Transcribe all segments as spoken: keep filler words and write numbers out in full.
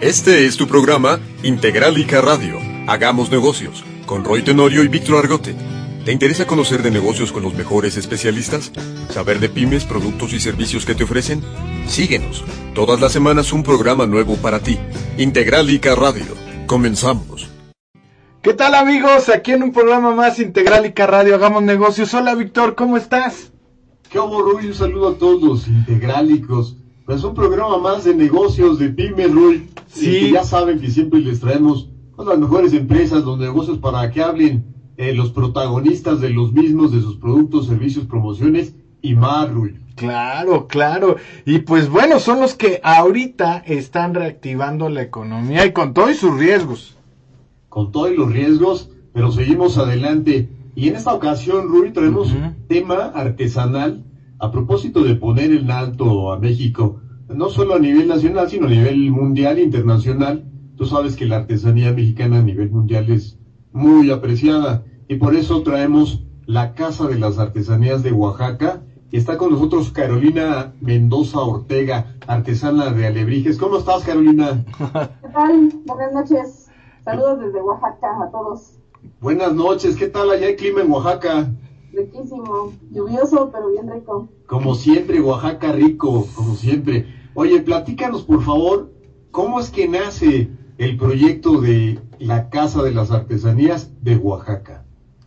Este es tu programa Integralica Radio. Hagamos negocios con Roy Tenorio y Víctor Argote. ¿Te interesa conocer de negocios con los mejores especialistas? ¿Saber de pymes, productos y servicios que te ofrecen? Síguenos. Todas las semanas un programa nuevo para ti. Integralica Radio. Comenzamos. ¿Qué tal, amigos? Aquí en un programa más Integralica Radio, Hagamos Negocios. Hola, Víctor, ¿cómo estás? ¿Qué hubo, Ruy? Un saludo a todos los integrálicos. Pues un programa más de negocios, de pymes, Ruy. Sí. Y que ya saben que siempre les traemos a las mejores empresas, los negocios, para que hablen eh, los protagonistas de los mismos, de sus productos, servicios, promociones y más, Ruy. Claro, claro. Y pues bueno, son los que ahorita están reactivando la economía y con todo y sus riesgos. Con todos los riesgos, pero seguimos adelante. Y en esta ocasión, Ruy, traemos uh-huh. tema artesanal a propósito de poner en alto a México, no solo a nivel nacional, sino a nivel mundial e internacional. Tú sabes que la artesanía mexicana a nivel mundial es muy apreciada, y por eso traemos la Casa de las Artesanías de Oaxaca, y está con nosotros Carolina Mendoza Ortega, artesana de alebrijes. ¿Cómo estás, Carolina? ¿Qué tal? Buenas noches. Saludos desde Oaxaca a todos. Buenas noches. ¿Qué tal allá el clima en Oaxaca? Riquísimo, lluvioso, pero bien rico. Como siempre, Oaxaca rico, como siempre. Oye, platícanos, por favor, ¿cómo es que nace el proyecto de la Casa de las Artesanías de Oaxaca?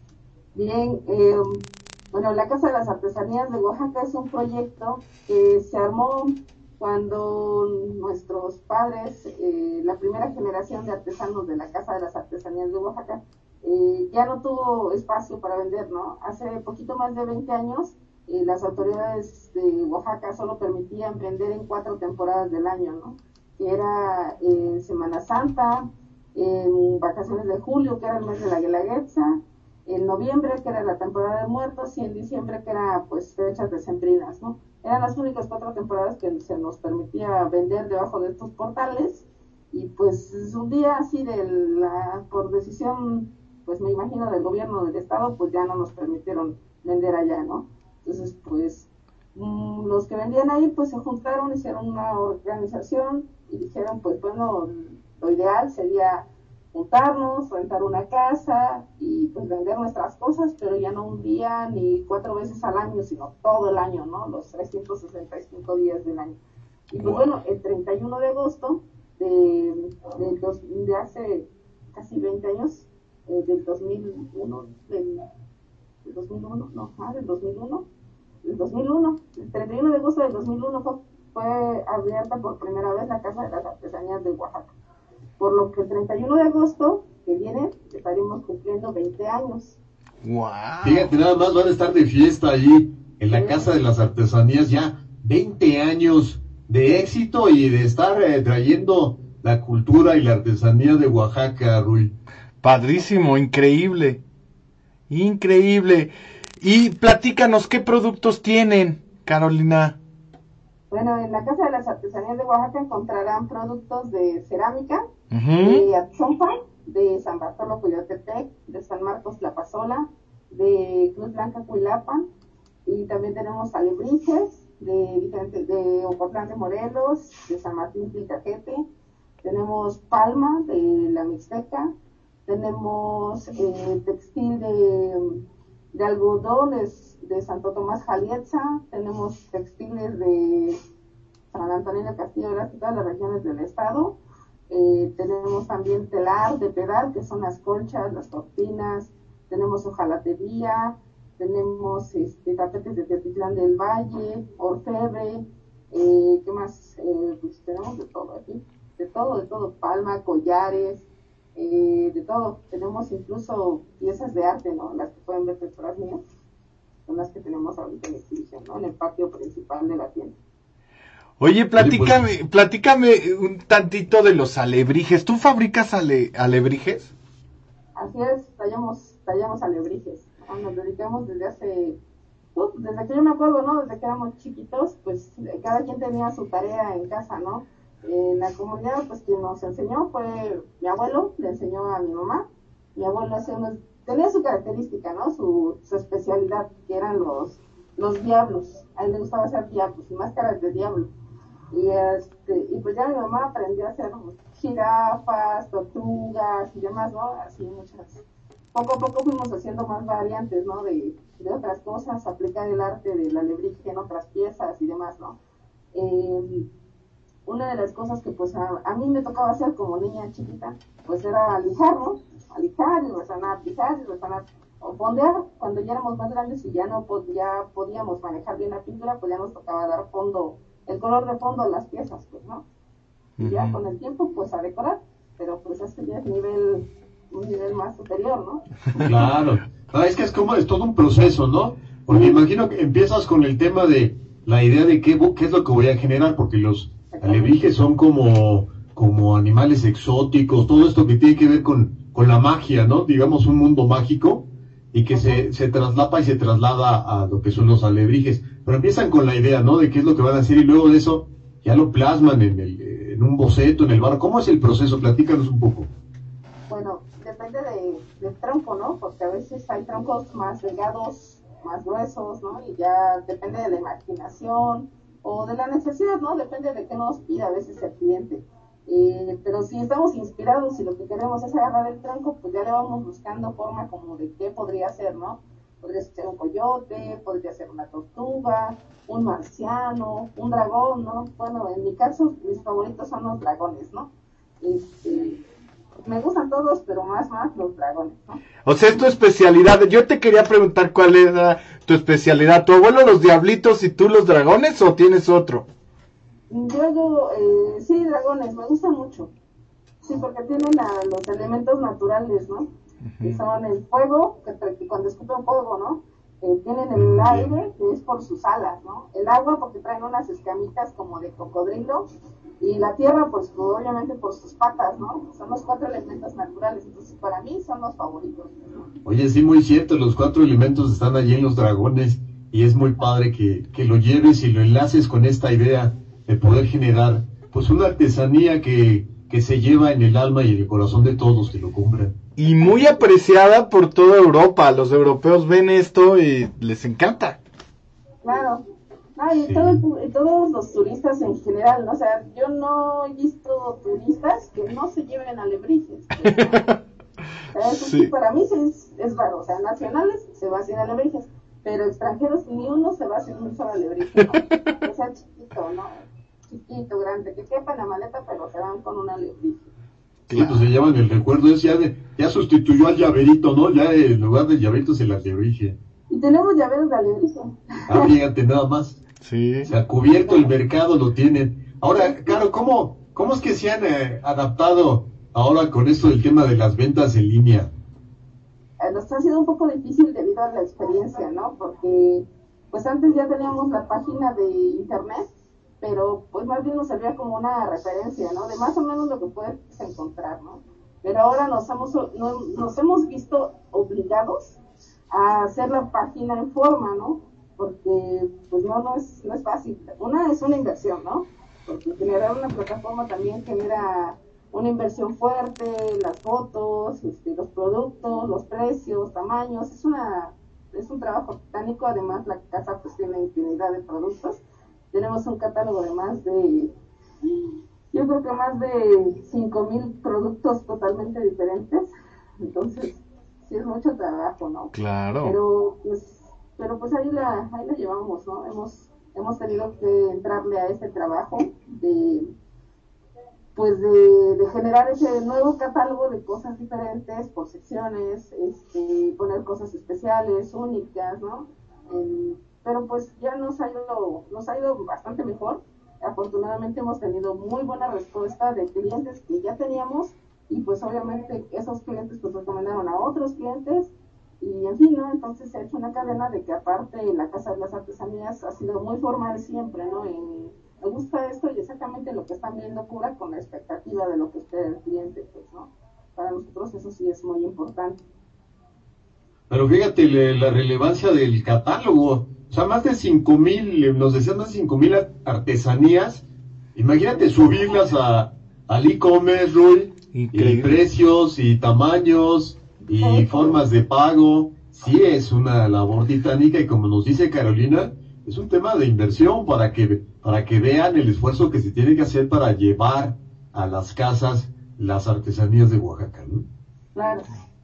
Bien, eh, bueno, la Casa de las Artesanías de Oaxaca es un proyecto que se armó cuando nuestros padres, eh, la primera generación de artesanos de la Casa de las Artesanías de Oaxaca, eh, ya no tuvo espacio para vender, ¿no? Hace poquito más de veinte años, eh, las autoridades de Oaxaca solo permitían vender en cuatro temporadas del año, ¿no? Que era en eh, Semana Santa, en vacaciones de julio, que era el mes de la Guelaguetza, en noviembre, que era la temporada de muertos, y en diciembre, que era, pues, fechas decembrinas, ¿no? Eran las únicas cuatro temporadas que se nos permitía vender debajo de estos portales, y pues un día así de la, por decisión, pues me imagino del gobierno del estado, pues ya no nos permitieron vender allá, ¿no? Entonces, pues, mmm, los que vendían ahí, pues se juntaron, hicieron una organización, y dijeron, pues bueno, lo ideal sería juntarnos, rentar una casa y pues vender nuestras cosas, pero ya no un día ni cuatro veces al año, sino todo el año, ¿no? Los trescientos sesenta y cinco días del año. Y pues wow. bueno, el treinta y uno de agosto de, de, dos, de hace casi veinte años, eh, del dos mil uno, del, del dos mil uno, no, ah, del dos mil uno, del dos mil uno, el treinta y uno de agosto del dos mil uno fue, fue abierta por primera vez la Casa de las Artesanías de Oaxaca. Por lo que el treinta y uno de agosto que viene estaremos cumpliendo veinte años. ¡Wow! Fíjate, nada más van a estar de fiesta allí en la sí. Casa de las Artesanías, ya veinte años de éxito y de estar eh, trayendo la cultura y la artesanía de Oaxaca, Ruy. Padrísimo, increíble, increíble. Y platícanos, ¿qué productos tienen, Carolina? Bueno, en la Casa de las Artesanías de Oaxaca encontrarán productos de cerámica, uh-huh. de Atzompa, de San Bartolo Coyotepec, de San Marcos Tlapazola, de Cruz Blanca Cuilapan, y también tenemos alebrijes de diferentes, de Ocotlán de Morelos, de San Martín Tlicajete, tenemos palma de la Mixteca, tenemos eh, textil de, de algodones de Santo Tomás Jalietza, tenemos textiles de San Antonio de Castillo de todas las regiones del estado, eh, tenemos también telar de pedal, que son las colchas, las cortinas, tenemos hojalatería, tenemos este, tapetes de Teotitlán del Valle, orfebre, eh, ¿qué más? Eh, pues tenemos de todo aquí, de todo, de todo, palma, collares, eh, de todo, tenemos incluso piezas de arte, ¿no? Las que pueden ver detrás mías, son las que tenemos ahorita en exhibición, ¿no? En el patio principal de la tienda. Oye, platícame, platícame un tantito de los alebrijes. ¿Tú fabricas ale, alebrijes? Así es, tallamos, tallamos alebrijes. ¿No? Nos dedicamos desde hace, uh, desde que yo me acuerdo, ¿no? Desde que éramos chiquitos, pues cada quien tenía su tarea en casa, ¿no? En la comunidad, pues quien nos enseñó fue mi abuelo, le enseñó a mi mamá. Mi abuelo hacía unos, tenía su característica, ¿no? Su, su especialidad, que eran los, los diablos. A él le gustaba hacer diablos y máscaras de diablo. Y, este, y pues ya mi mamá aprendió a hacer jirafas, tortugas y demás, ¿no? Así muchas. Poco a poco fuimos haciendo más variantes, ¿no? De, de otras cosas, aplicar el arte del alebrije en otras piezas y demás, ¿no? Eh, una de las cosas que pues a, a mí me tocaba hacer como niña chiquita, pues era lijar, ¿no? A lijar y resanar, lijar y resanar, o fondear. Cuando ya éramos más grandes y ya no ya podíamos manejar bien la pintura, pues ya nos tocaba dar fondo, el color de fondo a las piezas, pues, ¿no? Y uh-huh. ya con el tiempo, pues a decorar, pero pues este ya es nivel, un nivel más superior, ¿no? Claro, no, es que es como, es todo un proceso, ¿no? Porque imagino que empiezas con el tema de la idea de qué, qué es lo que voy a generar, porque los alebrijes son como, como animales exóticos, todo esto que tiene que ver con, con la magia, ¿no? Digamos un mundo mágico, y que se, se traslapa y se traslada a lo que son los alebrijes. Pero empiezan con la idea, ¿no? De qué es lo que van a hacer, y luego de eso ya lo plasman en, el, en un boceto, en el barro. ¿Cómo es el proceso? Platícanos un poco. Bueno, depende de, del tronco, ¿no? Porque a veces hay troncos más delgados, más gruesos, ¿no? Y ya depende de la imaginación o de la necesidad, ¿no? Depende de qué nos pida a veces el cliente. Eh, pero si estamos inspirados y lo que queremos es agarrar el tronco, pues ya le vamos buscando forma como de qué podría ser, ¿no? Podría ser un coyote, podría ser una tortuga, un marciano, un dragón, ¿no? Bueno, en mi caso, mis favoritos son los dragones, ¿no? Este, me gustan todos, pero más, más los dragones, ¿no? O sea, es tu especialidad. Yo te quería preguntar cuál era tu especialidad. ¿Tu abuelo los diablitos y tú los dragones o tienes otro? Yo hago, eh, sí, dragones, me gustan mucho. Sí, porque tienen a los elementos naturales, ¿no? Uh-huh. Que son el fuego, que, que cuando escupen fuego, ¿no? Eh, tienen el aire, que es por sus alas, ¿no? El agua, porque traen unas escamitas como de cocodrilo. Y la tierra, pues, obviamente por sus patas, ¿no? Son los cuatro elementos naturales. Entonces, para mí, son los favoritos, ¿no? Oye, sí, muy cierto, los cuatro elementos están allí en los dragones. Y es muy padre que, que lo lleves y lo enlaces con esta idea de poder generar, pues, una artesanía que, que se lleva en el alma y en el corazón de todos los que lo compran. Y muy apreciada por toda Europa. Los europeos ven esto y les encanta. Claro. Ah, y, sí. todo, y todos los turistas en general, ¿no? O sea, yo no he visto turistas que no se lleven alebrijes. ¿No? Sí. Para mí es, es raro. O sea, nacionales se va sin alebrijes, pero extranjeros ni uno se va sin un solo alebrije, ¿no? O sea, chiquito, ¿no? Chiquito, grande, que quepa en la maleta, pero se van con un alebrije. Sí, pues se llevan el recuerdo, es ya, de, ya sustituyó al llaverito, ¿no? Ya en lugar del llaverito es el alebrije. Y tenemos llaveros de alebrije. Ah, fíjate, nada más. Sí. Se ha cubierto el mercado, lo tienen. Ahora, claro, ¿cómo, cómo es que se han eh, adaptado ahora con esto del tema de las ventas en línea? Eh, nos ha sido un poco difícil debido a la experiencia, ¿no? Porque, pues antes ya teníamos la página de internet, pero pues más bien nos servía como una referencia, ¿no? De más o menos lo que puedes encontrar, ¿no? Pero ahora nos hemos, no, nos hemos visto obligados a hacer la página en forma, ¿no? Porque pues no, no es, no es fácil. Una es una inversión, ¿no? Porque generar una plataforma también genera una inversión fuerte, las fotos, este, los productos, los precios, tamaños, es una es un trabajo titánico. Además la casa pues tiene infinidad de productos. Tenemos un catálogo de más de, yo creo que más de cinco mil productos totalmente diferentes. Entonces, sí es mucho trabajo, ¿no? Claro. Pero pues pero pues ahí la ahí la llevamos, ¿no? Hemos hemos tenido que entrarle a este trabajo de pues de, de generar ese nuevo catálogo de cosas diferentes por secciones, este, poner cosas especiales, únicas, ¿no? Eh, pero pues ya nos ha ido nos ha ido bastante mejor. Afortunadamente hemos tenido muy buena respuesta de clientes que ya teníamos, y pues obviamente esos clientes pues recomendaron a otros clientes. Y en fin, ¿no? Entonces se ha hecho una cadena de que aparte la Casa de las Artesanías ha sido muy formal siempre, ¿no? En, me gusta esto y exactamente lo que están viendo cura con la expectativa de lo que espera el cliente, pues, ¿no? Para nosotros eso sí es muy importante. Pero fíjate le, la relevancia del catálogo. O sea, más de cinco mil, nos decían más de cinco mil artesanías. Imagínate subirlas a, al e-commerce, Rui, y precios y tamaños y sí, formas de pago. Sí es una labor titánica, y como nos dice Carolina, es un tema de inversión para que, para que vean el esfuerzo que se tiene que hacer para llevar a las casas las artesanías de Oaxaca, ¿no? Claro.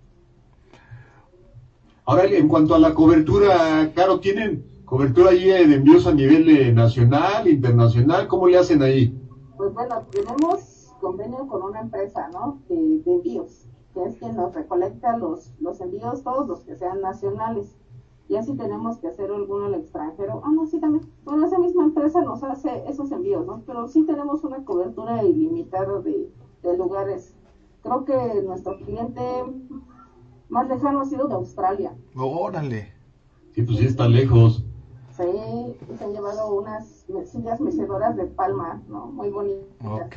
Ahora, en cuanto a la cobertura, Caro, ¿tienen cobertura ahí de envíos a nivel eh, nacional, internacional? ¿Cómo le hacen ahí? Pues bueno, tenemos convenio con una empresa, ¿no? De, de envíos, que es quien nos recolecta los, los envíos, todos los que sean nacionales. Ya si tenemos que hacer alguno al extranjero, ah, no, sí también, bueno, esa misma empresa nos hace esos envíos, ¿no? Pero sí tenemos una cobertura ilimitada de, de lugares. Creo que nuestro cliente más lejano ha sido de Australia. Órale. Sí, pues sí está lejos. Sí, se han llevado unas sillas mecedoras de palma, ¿no? Muy bonitas. Ok.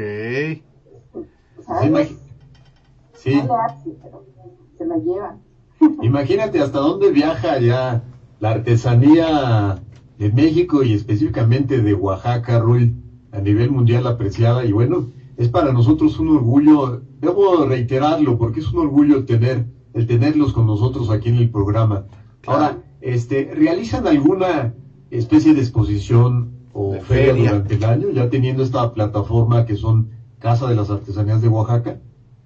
O sea, Sí, no imag- sí. le hace, pero se la llevan. Imagínate hasta dónde viaja ya la artesanía de México y específicamente de Oaxaca, Rui, a nivel mundial apreciada. Y bueno, es para nosotros un orgullo, debo reiterarlo, porque es un orgullo tener el tenerlos con nosotros aquí en el programa. Claro. Ahora, este, ¿realizan alguna especie de exposición o De feria, feria. durante el año, ya teniendo esta plataforma que son Casa de las Artesanías de Oaxaca?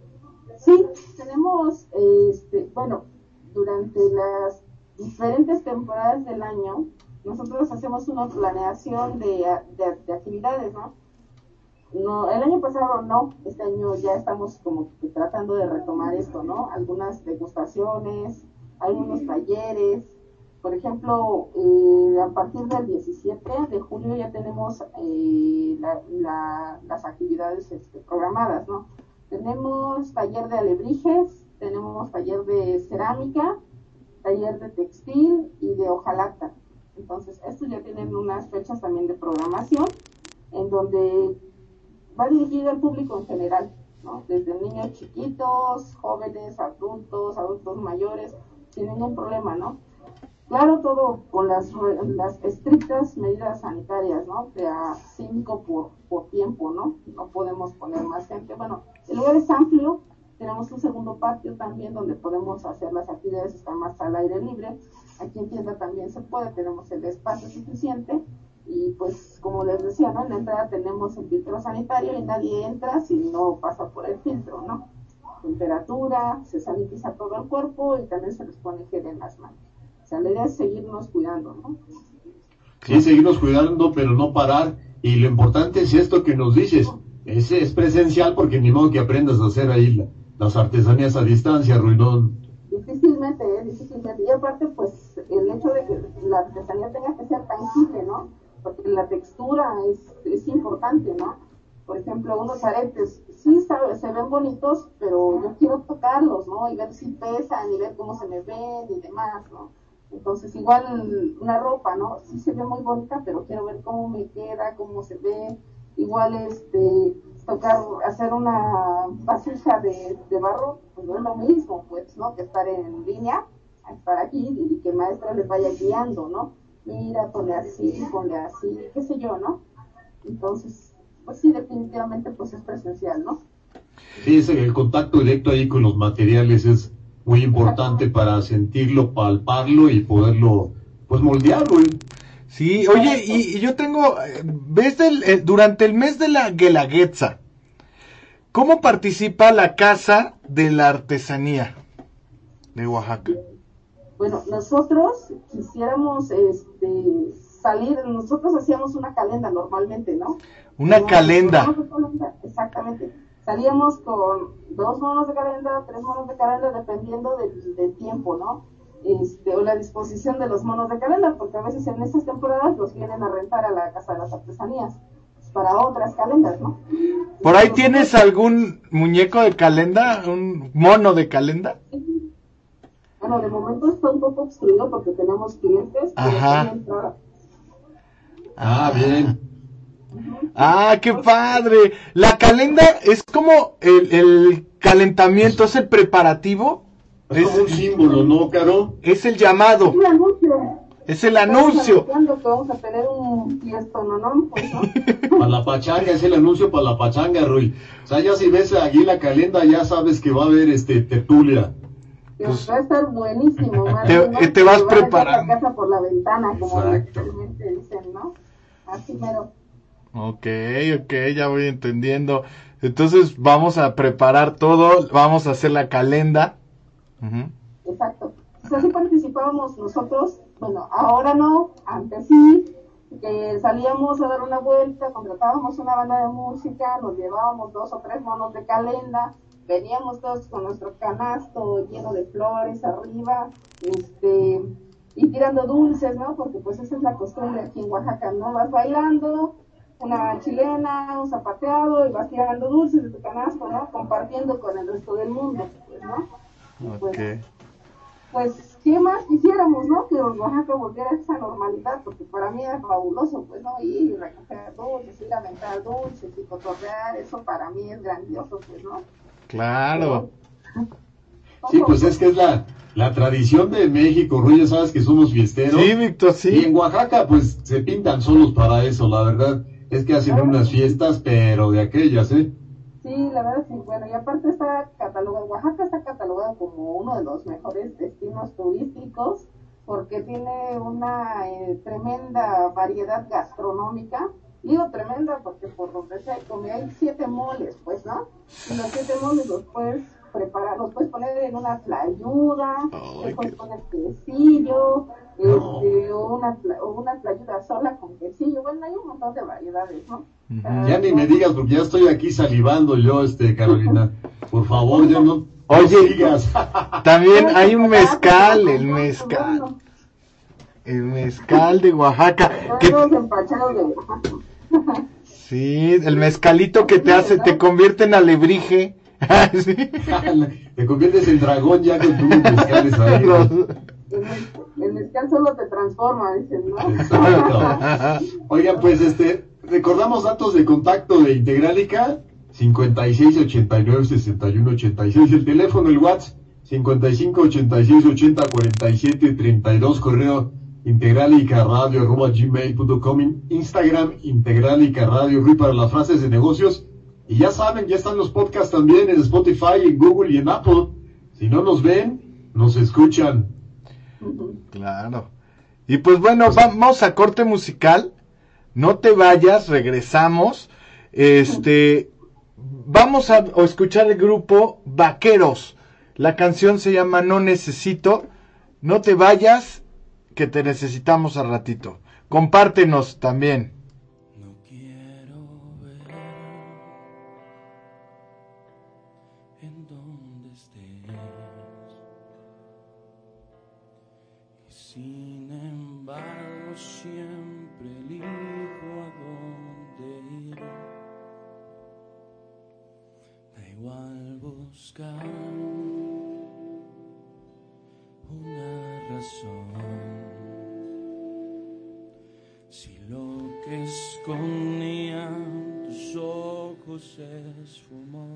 Sí, tenemos, este, bueno, durante las diferentes temporadas del año, nosotros hacemos una planeación de, de, de actividades, ¿no? No, el año pasado no, este año ya estamos como que tratando de retomar esto, ¿no? Algunas degustaciones, algunos talleres. Por ejemplo, eh, a partir del diecisiete de julio ya tenemos eh, la, la, las actividades este, programadas, ¿no? Tenemos taller de alebrijes, tenemos taller de cerámica, taller de textil y de hojalata. Entonces, estos ya tienen unas fechas también de programación en donde va dirigido al público en general, ¿no? Desde niños chiquitos, jóvenes, adultos, adultos mayores, sin ningún problema, ¿no? Claro, todo con las, las estrictas medidas sanitarias, ¿no? De a cinco por, por tiempo, ¿no? No podemos poner más gente. Bueno, el lugar es amplio, tenemos un segundo patio también donde podemos hacer las actividades, está más al aire libre. Aquí en tienda también se puede, tenemos el espacio suficiente. Y pues, como les decía, ¿no? En la entrada tenemos el filtro sanitario y nadie entra si no pasa por el filtro, ¿no? Temperatura, se sanitiza todo el cuerpo y también se les pone gel en las manos. O sea, la idea es seguirnos cuidando, ¿no? Sí, seguirnos cuidando, pero no parar. Y lo importante es esto que nos dices. Es, es presencial porque ni modo que aprendas a hacer ahí la, las artesanías a distancia, Ruinón. Difícilmente, ¿eh? Difícilmente. Y aparte, pues, el hecho de que la artesanía tenga que ser tangible, ¿no? Porque la textura es, es importante, ¿no? Por ejemplo, unos aretes, sí sabe, se ven bonitos, pero yo quiero tocarlos, ¿no? Y ver si pesan, y ver cómo se me ven y demás, ¿no? Entonces, igual una ropa, ¿no? Sí se ve muy bonita, pero quiero ver cómo me queda, cómo se ve. Igual, este, tocar, hacer una vasija de, de barro, pues no es lo mismo, pues, ¿no? Que estar en línea, a estar aquí y que el maestro les vaya guiando, ¿no? Mira, ponle así, ponle así, qué sé yo, ¿no? Entonces, pues sí, definitivamente, pues es presencial, ¿no? Sí, ese, el contacto directo ahí con los materiales es muy importante para sentirlo, palparlo y poderlo, pues, moldearlo. ¿eh? Sí, oye, y, y yo tengo, ¿ves del, eh, durante el mes de la Guelaguetza, cómo participa la Casa de la Artesanía de Oaxaca? Bueno, nosotros quisiéramos este, salir, nosotros hacíamos una calenda normalmente, ¿no? Una calenda. Exactamente. Salíamos con dos monos de calenda, tres monos de calenda, dependiendo del, del tiempo, ¿no? Este, o la disposición de los monos de calenda, porque a veces en estas temporadas los vienen a rentar a la Casa de las Artesanías para otras calendas, ¿no? ¿Por ahí tienes algún muñeco de calenda? ¿Un mono de calenda? Bueno, de momento está un poco obstruido porque tenemos clientes. Ajá. Ah, bien. Ah, qué padre. La calenda es como el, el calentamiento, es el preparativo. Es como un símbolo, ¿no, Caro? Es el llamado. Es el anuncio. Es el anuncio. Estamos anunciando que vamos a tener un fiestón, ¿no? Pues, ¿no? Para la pachanga, es el anuncio para la pachanga, Rui. O sea, ya si ves aquí la calenda, ya sabes que va a haber este tertulia. que Pues, va a estar buenísimo. Más te, bien, ¿no? te vas Que van a echar preparando. la casa por la ventana, como Exacto. realmente dicen, ¿no? Así mero. Ok, ok, ya voy entendiendo. Entonces vamos a preparar todo, vamos a hacer la calenda. Ujú. Exacto. O sea, sí participábamos nosotros, bueno, ahora no, antes sí, que salíamos a dar una vuelta, contratábamos una banda de música, nos llevábamos dos o tres monos de calenda, veníamos todos con nuestro canasto lleno de flores arriba, este, y tirando dulces, ¿no? Porque pues esa es la costumbre aquí en Oaxaca, ¿no? Vas bailando, una chilena, un zapateado, y vas tirando dulces de tu canasto, ¿no? Compartiendo con el resto del mundo, pues, ¿no? Y pues, Ok. pues, ¿qué más quisiéramos, no? Que Oaxaca volviera a esa normalidad, porque para mí era fabuloso, pues, ¿no? Ir y recoger dulces, ir a aventar dulces y cotorrear, eso para mí es grandioso, pues, ¿no? Claro. Sí, pues es que es la, la tradición de México, Ruy, ya sabes que somos fiesteros. Sí, Víctor, Y sí. en Oaxaca, pues se pintan solos para eso, la verdad. Es que hacen unas fiestas, pero de aquellas, ¿eh? Sí, la verdad sí, bueno, y aparte está catalogado, Oaxaca está catalogado como uno de los mejores destinos turísticos, porque tiene una eh, tremenda variedad gastronómica. Digo tremenda porque por donde sea come, hay siete moles, pues, ¿no? Y los siete moles los puedes preparar, los puedes poner en una tlayuda, Ay, le puedes qué- poner quesillo, No. este, o una, tla- o una tlayuda sola con quesillo. Bueno, hay un montón de variedades, ¿no? Ujú. Ya ni me digas, porque ya estoy aquí salivando yo, este, Carolina. Por favor, ya no, no Oye. sigas. También hay un Chocolate, mezcal, el ¿no? mezcal. Bueno, El mezcal de Oaxaca. Que, todos empachados de Oaxaca. sí, el mezcalito que te hace, te convierte en alebrije. Sí. Te conviertes en dragón ya con tus mezcales ahí. ¿no? Los- El, mez- el mezcal solo te transforma, dicen, ¿no? Exacto. Oigan, pues este, recordamos datos de contacto de Integralica, cincuenta y seis ochenta y nueve sesenta y uno ochenta y seis, el teléfono, el WhatsApp, cincuenta y cinco ochenta y seis ochenta cuarenta y siete treinta y dos, correo integralica radio arroba gmail punto com, Instagram integralica radio, Rui, para las frases de negocios. Y ya saben, ya están los podcasts también en Spotify, en Google y en Apple. Si no nos ven, nos escuchan. Claro. Y pues bueno, vamos a corte musical. No te vayas, regresamos. Este, vamos a, a escuchar el grupo Vaqueros. La canción se llama No Necesito. No te vayas, que te necesitamos al ratito. Compártenos también. No quiero ver en dónde estés, y sin embargo siempre elijo a dónde ir. Da igual buscar una razón, si lo que escondían tus ojos se esfumó.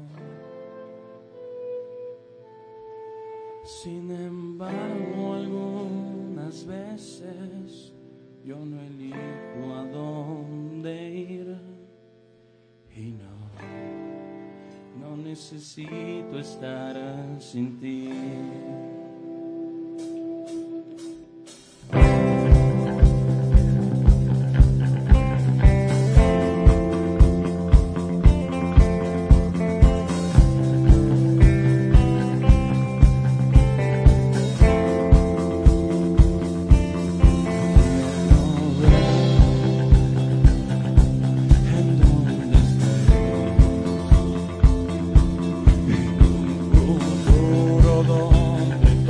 Sin embargo, algunas veces yo no elijo a dónde ir, y no, no necesito estar sin ti. Donde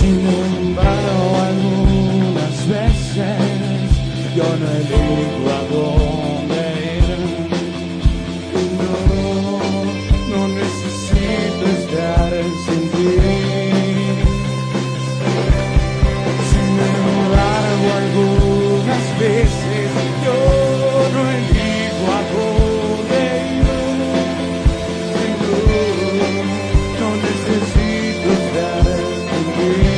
Sin embargo, algunas veces yo no elijo a dónde ir. No, no necesito estar sin ti. Sin embargo, algunas veces yo no elijo a dónde ir. No, no necesito estar sin ti.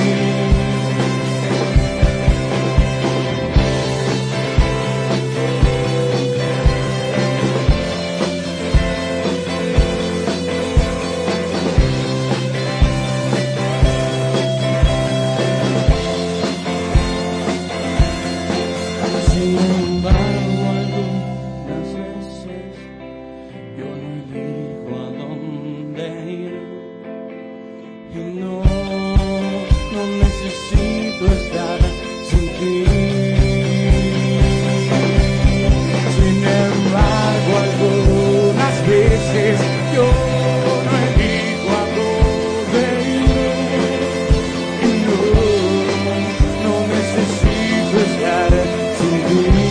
Sin embargo, algunas veces yo no elijo a dónde ir. Y no, no necesito estar sin ti. Sin embargo, algunas veces yo no elijo a dónde ir. Y no, no necesito estar sin ti.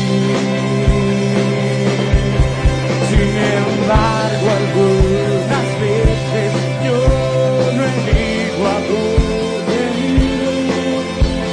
Sin embargo, algunas veces yo no elijo a dónde ir.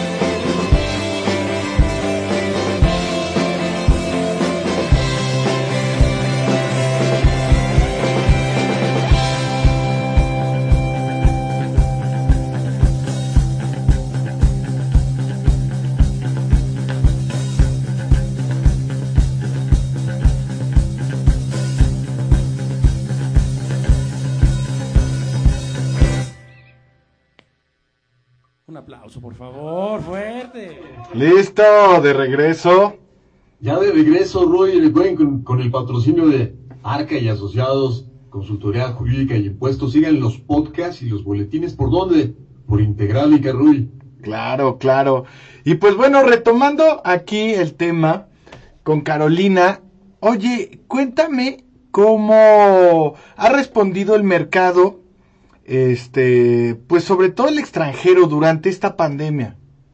Un aplauso, por favor, fuerte. Listo, de regreso. Ya de regreso, Roy, recuerden con, con el patrocinio de Arca y Asociados, Consultoría Jurídica y Impuestos. Sigan los podcasts y los boletines. ¿Por dónde? Por Integrálica, Roy. Claro, claro. Y pues bueno, retomando aquí el tema con Carolina. Oye, cuéntame cómo ha respondido el mercado, este, pues sobre todo el extranjero durante esta pandemia.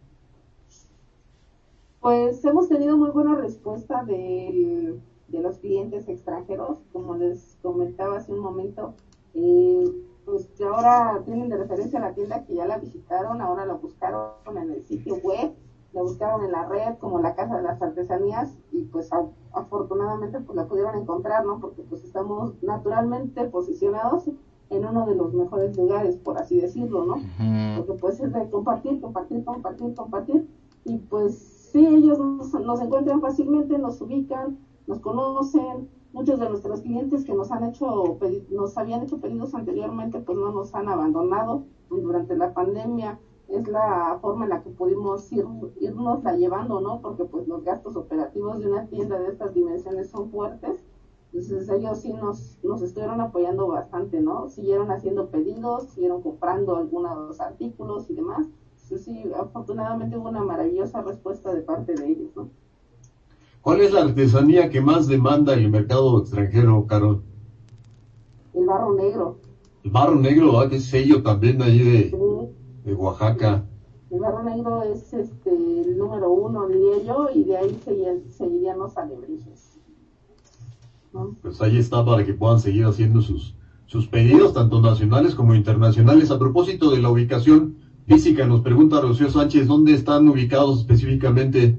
Pues hemos tenido muy buena respuesta de, de los clientes extranjeros, como les comentaba hace un momento, eh, pues que ahora tienen de referencia la tienda que ya la visitaron, ahora la buscaron en el sitio web, la buscaron en la red como la Casa de las Artesanías y pues a, afortunadamente pues la pudieron encontrar, ¿no? Porque pues estamos naturalmente posicionados en uno de los mejores lugares, por así decirlo, ¿no? Uh-huh. Porque pues es de compartir, compartir, compartir, compartir y pues sí, ellos nos, nos encuentran fácilmente, nos ubican, nos conocen. Muchos de nuestros clientes que nos han hecho, nos habían hecho pedidos anteriormente, pues no nos han abandonado durante la pandemia. Es la forma en la que pudimos ir, irnos la llevando, ¿no? Porque pues los gastos operativos de una tienda de estas dimensiones son fuertes. Entonces ellos sí nos, nos estuvieron apoyando bastante, ¿no? Siguieron haciendo pedidos, siguieron comprando algunos artículos y demás. Entonces sí, afortunadamente hubo una maravillosa respuesta de parte de ellos, ¿no? ¿Cuál es la artesanía que más demanda en el mercado extranjero, Carol? El barro negro. El barro negro, ¿verdad? Que es sello también ahí de, sí. de Oaxaca. El barro negro es este el número uno, diría yo, y de ahí seguirían los alebrijes, ¿no? Pues ahí está para que puedan seguir haciendo sus, sus pedidos, tanto nacionales como internacionales. A propósito de la ubicación física, nos pregunta Rocío Sánchez, ¿dónde están ubicados específicamente?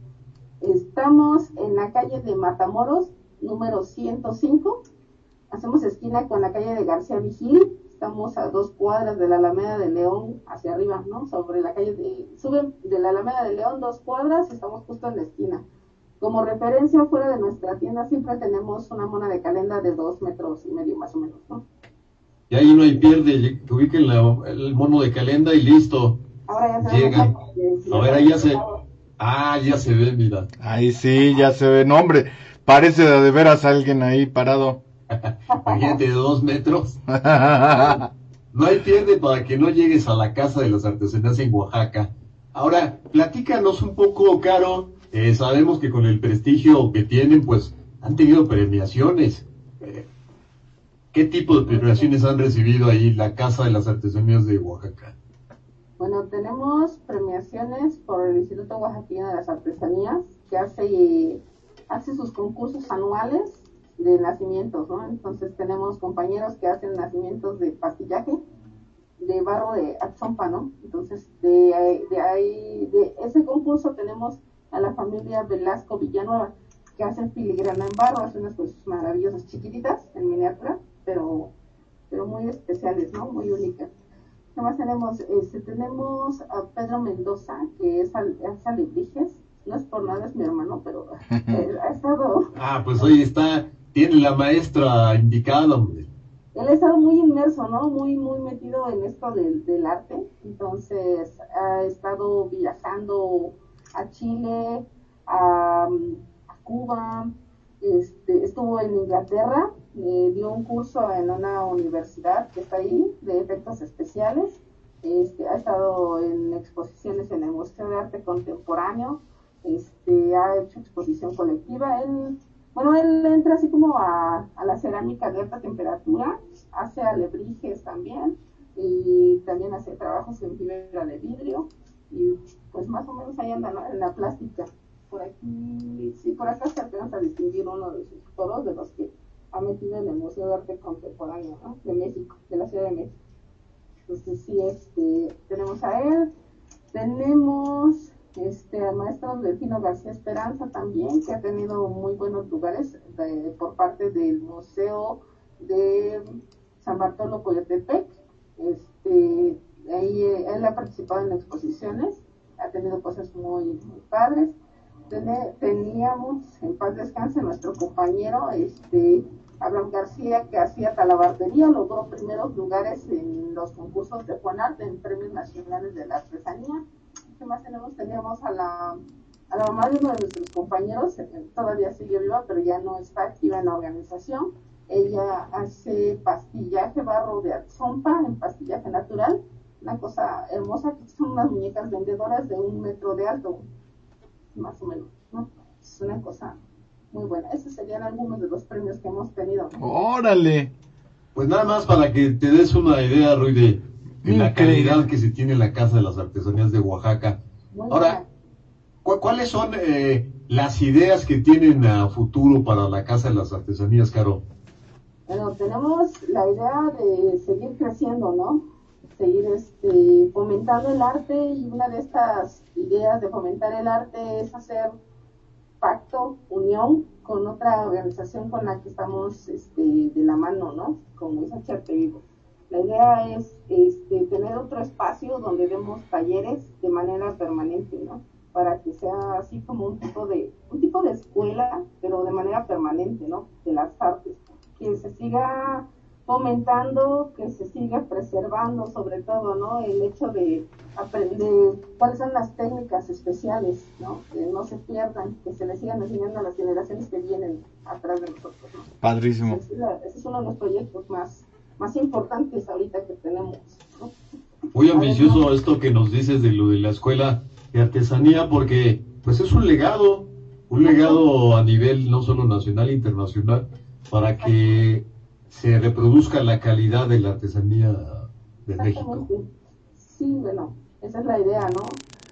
Estamos en la calle de Matamoros, número ciento cinco. Hacemos esquina con la calle de García Vigil. Estamos a dos cuadras de la Alameda de León hacia arriba, ¿no? Sobre la calle de... Suben de la Alameda de León dos cuadras y estamos justo en la esquina. Como referencia, fuera de nuestra tienda siempre tenemos una mona de calenda de dos metros y medio más o menos, ¿no? Y ahí no hay pierde, ubiquen la, el mono de calenda y listo. Ahora ya se llegan. A ver, ahí ya se... Ah, ya se ve, mira. Ahí sí, ya se ve. No, hombre, parece de veras alguien ahí parado. Imagínate, de dos metros. No hay pierde para que no llegues a la Casa de las Artesanías en Oaxaca. Ahora, platícanos un poco, Caro. Eh, sabemos que con el prestigio que tienen, pues, han tenido premiaciones. Eh, ¿Qué tipo de premiaciones han recibido ahí la Casa de las Artesanías de Oaxaca? Bueno, tenemos premiaciones por el Instituto Oaxaqueño de las Artesanías, que hace, hace sus concursos anuales de nacimientos, ¿no? Entonces tenemos compañeros que hacen nacimientos de pastillaje, de barro de Atzompa, ¿no? Entonces, de, de ahí, de ese concurso tenemos a la familia Velasco Villanueva, que hacen filigrana en barro, hacen unas cosas maravillosas, chiquititas, en miniatura, pero, pero muy especiales, ¿no? Muy únicas. ¿Qué más tenemos? Este, tenemos a Pedro Mendoza, que es, al, es alebrijes, no es por nada, es mi hermano, pero eh, ha estado... Ah, pues hoy está, tiene la maestra indicada, hombre. Él ha estado muy inmerso, ¿no? Muy, muy metido en esto del, del arte. Entonces, ha estado viajando a Chile, a, a Cuba, este, estuvo en Inglaterra, eh, dio un curso en una universidad que está ahí, de efectos especiales. Este, ha estado en exposiciones en el Museo de Arte Contemporáneo, este, ha hecho exposición colectiva. Él... Bueno, él entra así como a, a la cerámica de alta temperatura, hace alebrijes también, y también hace trabajos en fibra de vidrio, y pues más o menos ahí anda, ¿no? En la plástica. Por aquí, sí, por acá se alcanza a distinguir uno de sus foros de los que ha metido en el Museo de Arte Contemporáneo, ¿no? De México, de la Ciudad de México. Entonces sí, este, tenemos a él, tenemos... Este, al maestro Delfino García Esperanza también, que ha tenido muy buenos lugares de, por parte del Museo de San Bartolo Coyotepec. Este, ahí eh, él ha participado en exposiciones, ha tenido cosas muy, muy padres. Tene, teníamos, en paz descanse, nuestro compañero este, Abraham García, que hacía talabartería, logró primeros lugares en los concursos de Juanarte, en premios nacionales de la artesanía. ¿Qué más tenemos? Teníamos a la, a la mamá de uno de nuestros compañeros, todavía sigue viva, pero ya no está activa en la organización. Ella hace pastillaje, barro de Atzompa, en pastillaje natural, una cosa hermosa, que son unas muñecas vendedoras de un metro de alto, más o menos, ¿no? Es una cosa muy buena. Esos serían algunos de los premios que hemos tenido, ¿no? ¡Órale! Pues nada más para que te des una idea, Ruy, de, de la calidad que se tiene en la Casa de las Artesanías de Oaxaca. Muy Ahora, ¿cu ¿cuáles son eh, las ideas que tienen a futuro para la Casa de las Artesanías, Caro? Bueno, tenemos la idea de seguir creciendo, ¿no? Seguir este, fomentando el arte, y una de estas ideas de fomentar el arte es hacer pacto, unión con otra organización con la que estamos este, de la mano, ¿no? Como es Arte Vivo. La idea es este, tener otro espacio donde demos talleres de manera permanente, ¿no? Para que sea así como un tipo de un tipo de escuela, pero de manera permanente, ¿no? De las artes, que se siga fomentando, que se siga preservando, sobre todo, ¿no? El hecho de aprender cuáles son las técnicas especiales, ¿no? Que no se pierdan, que se les sigan enseñando a las generaciones que vienen atrás de nosotros, ¿no? Padrísimo. Ese es, la, ese es uno de los proyectos más, más importantes ahorita que tenemos, ¿no? Muy ambicioso esto que nos dices de lo de la escuela de artesanía, porque pues es un legado, un legado a nivel no solo nacional e internacional, para que se reproduzca la calidad de la artesanía de México. Sí, bueno, esa es la idea, ¿no?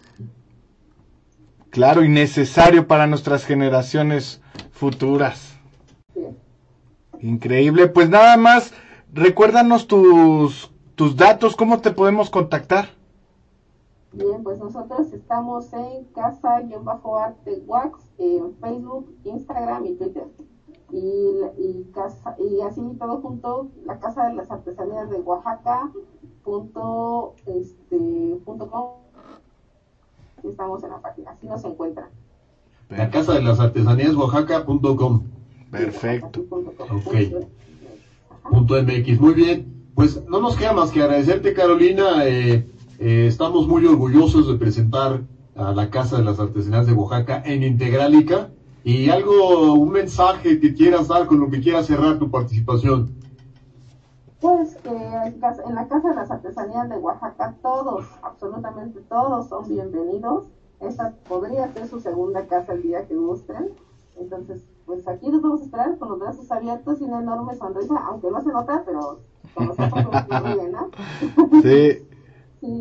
Claro, y necesario para nuestras generaciones futuras. Sí. Increíble. Pues nada más, recuérdanos tus, tus datos, ¿cómo te podemos contactar? Bien, pues nosotros estamos en Casa-Arte Wax, en Facebook, Instagram y Twitter. Y, y, casa, y así todo junto, la Casa de las Artesanías de Oaxaca punto, este, punto com. Estamos en la página, así nos encuentran. La Casa de las Artesanías Oaxaca punto com. Perfecto. Ok. Punto M X. Muy bien. Pues no nos queda más que agradecerte, Carolina. Eh, eh, estamos muy orgullosos de presentar a la Casa de las Artesanías de Oaxaca en Integralica. Y algo, un mensaje que quieras dar, con lo que quieras cerrar tu participación. Pues que en la Casa de las Artesanías de Oaxaca todos, absolutamente todos son bienvenidos. Esta podría ser su segunda casa el día que gusten. Entonces, pues aquí los vamos a esperar con los brazos abiertos y una enorme sonrisa, aunque no se nota, pero con los ojos muy bien, ¿no? Sí. Sí.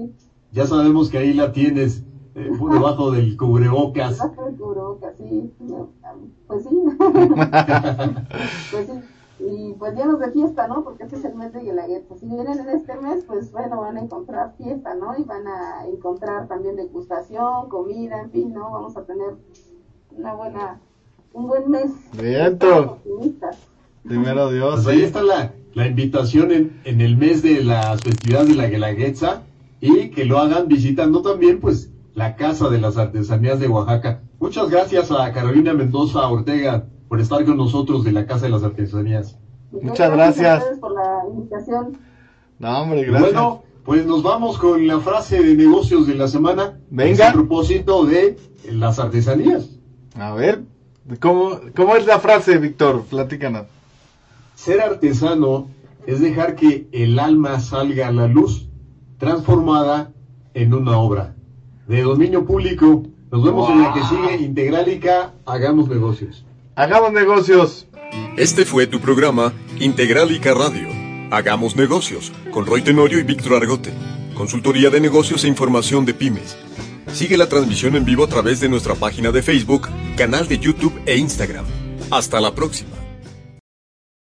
Ya sabemos que ahí la tienes eh, por debajo del cubrebocas. Debajo del cubrebocas, sí. Pues sí. Pues sí. Y pues llenos de fiesta, ¿no? Porque este es el mes de Guelaguetza. Si vienen en este mes, pues bueno, van a encontrar fiesta, ¿no? Y van a encontrar también degustación, comida, en fin, ¿no? Vamos a tener una buena, un buen mes. Viento. Primero Dios. Pues ¿sí? ahí está la, la invitación en, en el mes de las festividades de la Guelaguetza, y que lo hagan visitando también, pues, la Casa de las Artesanías de Oaxaca. Muchas gracias a Carolina Mendoza Ortega por estar con nosotros de la Casa de las Artesanías. Muchas gracias. A ustedes por la invitación. No, hombre, Y gracias. bueno, pues nos vamos con la frase de negocios de la semana. Venga. A propósito de las artesanías. A ver, ¿cómo, cómo es la frase, Víctor? Platícanos. Ser artesano es dejar que el alma salga a la luz, transformada en una obra. De dominio público, nos vemos Wow. en la que sigue. Integrálica, hagamos negocios. Hagamos negocios. Este fue tu programa Integrálica Radio. Hagamos negocios con Roy Tenorio y Víctor Argote. Consultoría de negocios e información de pymes. Sigue la transmisión en vivo a través de nuestra página de Facebook, canal de YouTube e Instagram. Hasta la próxima.